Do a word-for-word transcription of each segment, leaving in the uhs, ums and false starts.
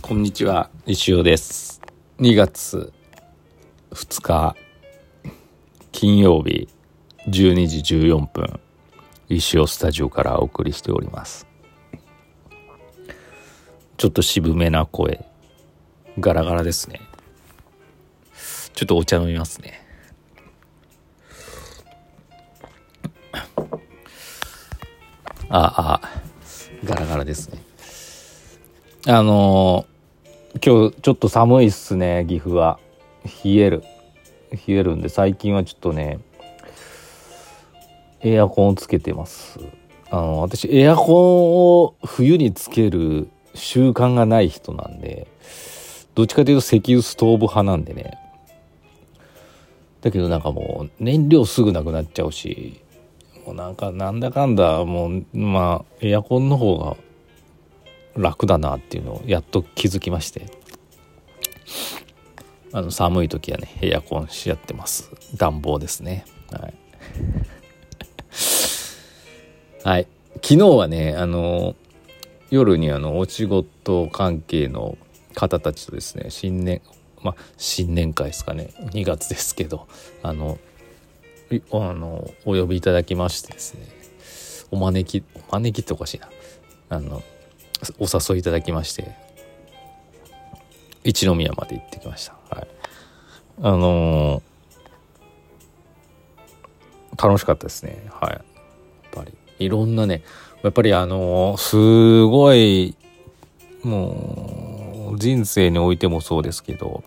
こんにちは、石尾です。にがつふつか金曜日じゅうにじじゅうよんぷん、石尾スタジオからお送りしております。ちょっと渋めな声、ガラガラですね。ちょっとお茶飲みますね。ああガラガラですね。あのー今日ちょっと寒いっすね。岐阜は冷える冷えるんで、最近はちょっとねエアコンをつけてます。あの私エアコンを冬につける習慣がない人なんで、どっちかというと石油ストーブ派なんでね。だけどなんかもう燃料すぐなくなっちゃうし、もうなんかなんだかんだもうまあエアコンの方が楽だなっていうのをやっと気づきまして、あの寒い時はねエアコンしやってます。暖房ですね。はい、はい、昨日はねあの夜にあのお仕事関係の方たちとですね、新年まあ新年会ですかね、にがつですけど、あのあのお呼びいただきましてですね、お招きお招きっておかしいな、あのお誘いいただきまして一宮まで行ってきました。はい、あのー、楽しかったですね。はい、やっぱりいろんなね、やっぱりあのー、すごいもう人生においてもそうですけど、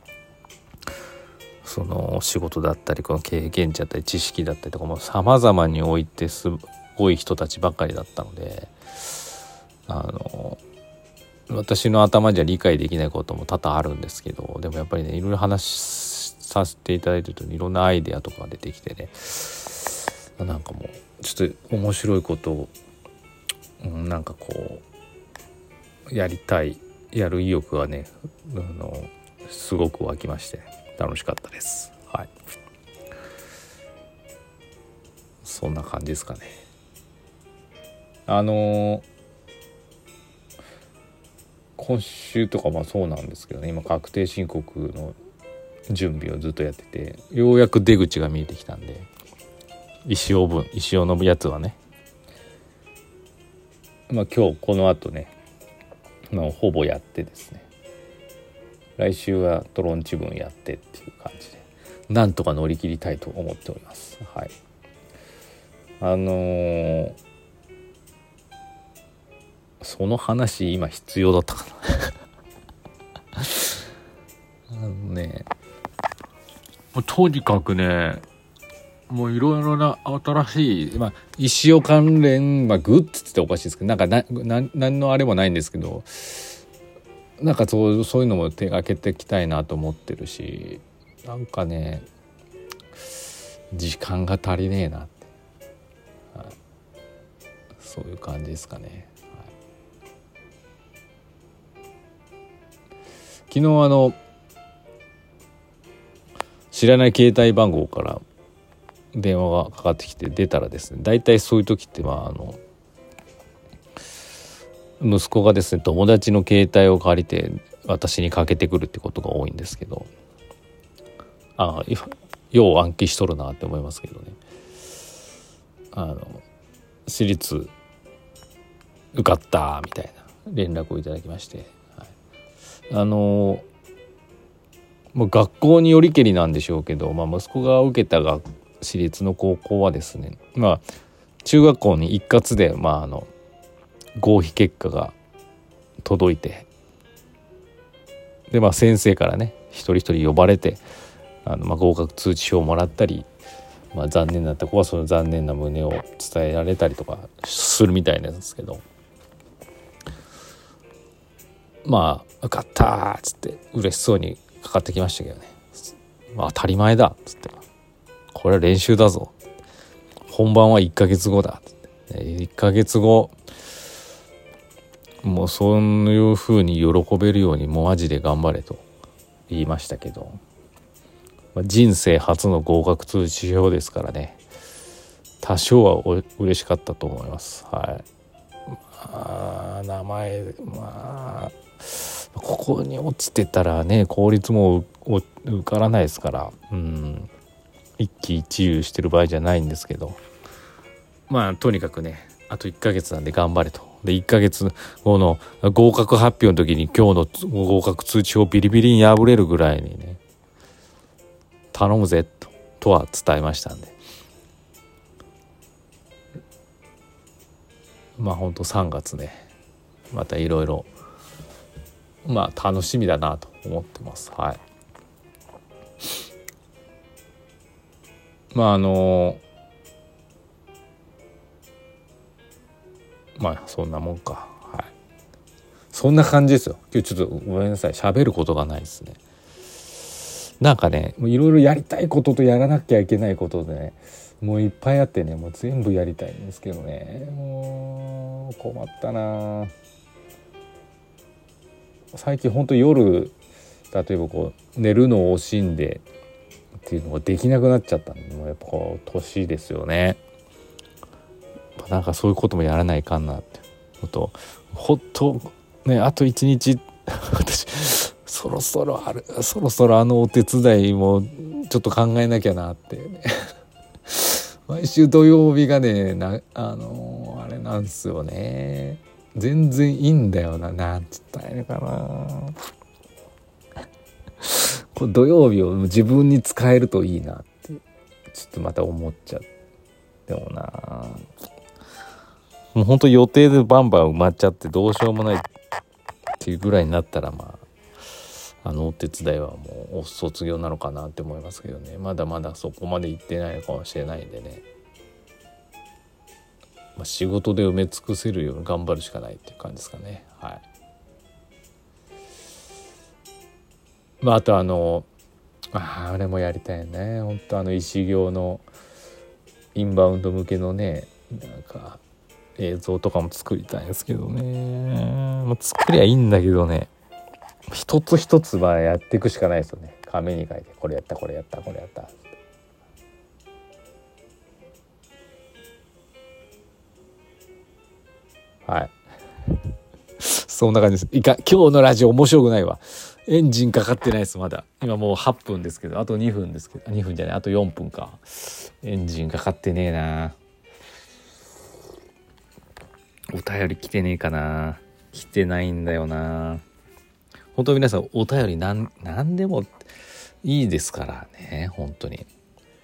その仕事だったりこの経験値だったり知識だったりとかも様々においてすごい人たちばっかりだったので、あの私の頭じゃ理解できないことも多々あるんですけど、でもやっぱりねいろいろ話させていただいてるといろんなアイデアとか出てきてね、なんかもうちょっと面白いことを、うん、なんかこうやりたいやる意欲がねあのすごく湧きまして楽しかったです。はい、そんな感じですかね。あの今週とかまあそうなんですけどね、今確定申告の準備をずっとやってて、ようやく出口が見えてきたんで、石尾分石尾のやつはね、まあ今日この後ね、まあ、ほぼやってですね、来週はトロンチ分やってっていう感じでなんとか乗り切りたいと思っております。はい、あのー、その話今必要だったかなあのねとにかくね、もういろいろな新しい、まあ、石尾関連、まあ、グッズっておかしいですけど、なんかなな何のあれもないんですけど、なんかそうそういうのも手がけていきたいなと思ってるし、なんかね時間が足りねえなって、はい、そういう感じですかね。はい、昨日あの知らない携帯番号から電話がかかってきて出たらですね、だいたいそういう時ってまああの息子がですね友達の携帯を借りて私にかけてくるってことが多いんですけど、ああよう暗記しとるなって思いますけどね。あの私立受かったみたいな連絡をいただきまして、はい、あのもう学校によりけりなんでしょうけど、まあ、息子が受けたが私立の高校はですね、まあ中学校に一括でまああの合否結果が届いて、でまあ先生からね一人一人呼ばれて、あのまあ合格通知書をもらったり、まあ、残念なとこはその残念な旨を伝えられたりとかするみたいなんですけど、まあ受かったっつって嬉しそうにかかってきましたけどね、まあ、当たり前だっつって、これは練習だぞ、本番はいっかげつごだっつって、いっかげつごもうそういう風に喜べるようにもうマジで頑張れと言いましたけど、人生初の合格通知書ですからね、多少はお嬉しかったと思います。はい、まあ、名前まあここに落ちてたらね効率も受からないですから、うん、一喜一憂してる場合じゃないんですけど、まあとにかくねあといっかげつなんで頑張れと。でいっかげつごの合格発表の時に今日の合格通知をビリビリに破れるぐらいにね頼むぜと、とは伝えましたんで、まあほんとさんがつねまたいろいろまあ楽しみだなと思ってます。はい。まああのまあそんなもんか。はい。そんな感じですよ。今日ちょっとごめんなさい喋ることがないですね。なんかねいろいろやりたいこととやらなきゃいけないことでねもういっぱいあってねもう全部やりたいんですけどねもう困ったな。最近ほんと夜例えばこう寝るのを惜しんでっていうのができなくなっちゃったんで、もうやっぱこう年ですよね。なんかそういうこともやらないかんなってほんとほっとねあと一日私そろそろあるそろそろあのお手伝いもちょっと考えなきゃなってね毎週土曜日がねなあのー、あれなんですよね。全然いいんだよな。なんて言ったらいいのかなこれ土曜日を自分に使えるといいなってちょっとまた思っちゃう。でもなもう本当予定でバンバン埋まっちゃってどうしようもないっていうぐらいになったらまああのお手伝いはもう卒業なのかなって思いますけどね。まだまだそこまで行ってないのかもしれないんでね、まあ、仕事で埋め尽くせるように頑張るしかないっていう感じですかね。はい。まああとあのあ, あれもやりたいね本当あの石行のインバウンド向けのねなんか映像とかも作りたいんですけどね。もう作りゃいいんだけどね一つ一つはやっていくしかないですよね。紙に書いてこれやったこれやったこれやったはいそんな感じです。いか今日のラジオ面白くないわ。エンジンかかってないです。まだ今もうはっぷんですけどあとにふんですけどにふんじゃないあとよんぷんか。エンジンかかってねえな。お便り来てねえかな。来てないんだよな。本当に皆さんお便りなんなんでもいいですからね本当に。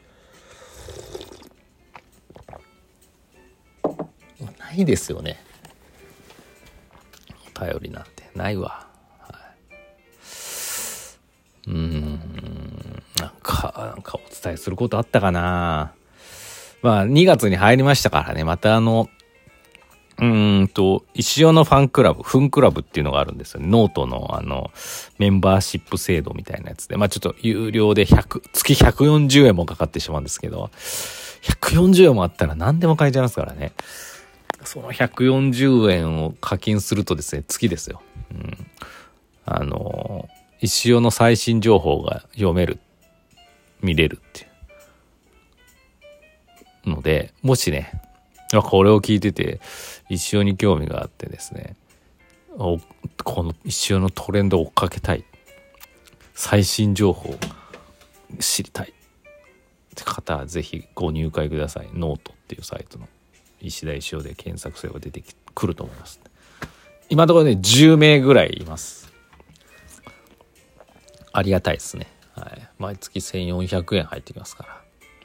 ないですよねお便りなんてないわ。うーんなんかなんかお伝えすることあったかな。まあにがつに入りましたからねまたあのうーんと石尾のファンクラブフンクラブっていうのがあるんですよね。ノートのあのメンバーシップ制度みたいなやつでまあちょっと有料でひゃく月ひゃくよんじゅうえんもかかってしまうんですけどひゃくよんじゅうえんもあったら何でも買えちゃいますからね。そのひゃくよんじゅうえんを課金するとですね月ですよ、うん、あの石尾の最新情報が読める見れるっていうのでもしねこれを聞いてて石尾に興味があってですねこの石尾のトレンドを追っかけたい最新情報を知りたいって方はぜひご入会ください。ノートっていうサイトの石田石尾で検索すれば出てくると思います。今のところねじゅうめいぐらいいます。ありがたいですね、はい、毎月せんよんひゃくえん入ってきますから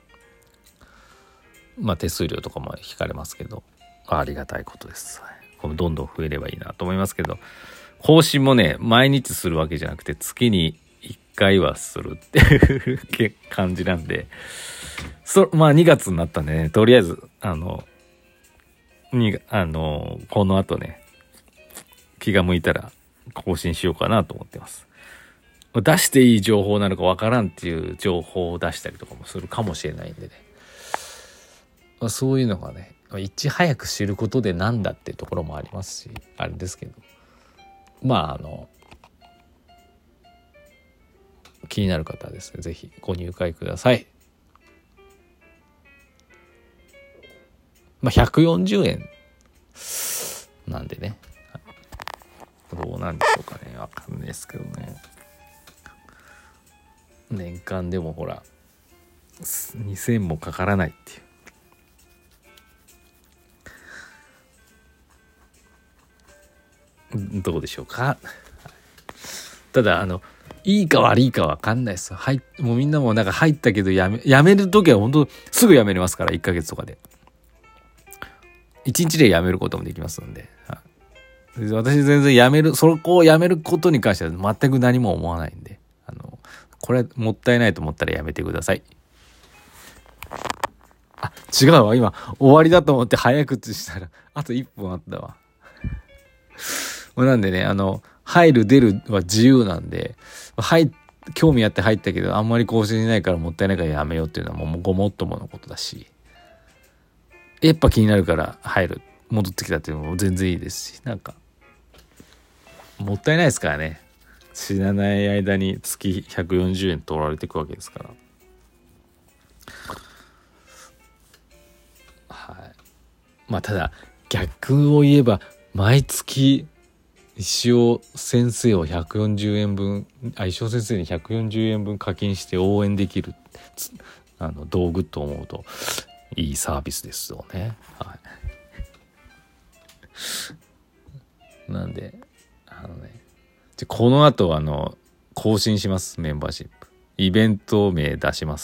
まあ手数料とかも引かれますけどありがたいことです、はい、これどんどん増えればいいなと思いますけど更新もね毎日するわけじゃなくて月にいっかいはするっていう感じなんでそまあにがつになったんでねとりあえずあのにあのこの後ね気が向いたら更新しようかなと思ってます。出していい情報なのかわからんっていう情報を出したりとかもするかもしれないんでね、まあ、そういうのがねいち早く知ることでなんだっていうところもありますしあれですけどまああの気になる方はですねぜひご入会ください。まあひゃくよんじゅうえんなんでねどうなんでしょうかね。わかんないですけどね。年間でもほらにせんもかからないっていう。どうでしょうか。ただあのいいか悪いかわかんないです。はい、もうみんなもなんか入ったけどやめやめるときは本当すぐやめれますから、いっかげつとかでいちにちでやめることもできますんで、はい、私全然やめるそこをやめることに関しては全く何も思わないんで、あのこれもったいないと思ったらやめてください。あ、違うわ、今終わりだと思って早口したらあといっぷんあったわ。なんでね、あの入る出るは自由なんで、入興味あって入ったけどあんまり更新しないからもったいないからやめようっていうのはもうごもっとものことだし、やっぱ気になるから入る戻ってきたっていうのも全然いいですし、なんかもったいないですからね。知らない間に月ひゃくよんじゅうえん取られていくわけですから。はい。まあただ逆を言えば毎月石尾先生をひゃくよんじゅうえんぶん、あ、石尾先生にひゃくよんじゅうえんぶん課金して応援できるあの道具と思うといいサービスですよね。はい。なんであのね、この後あの更新します。メンバーシップイベント名出します。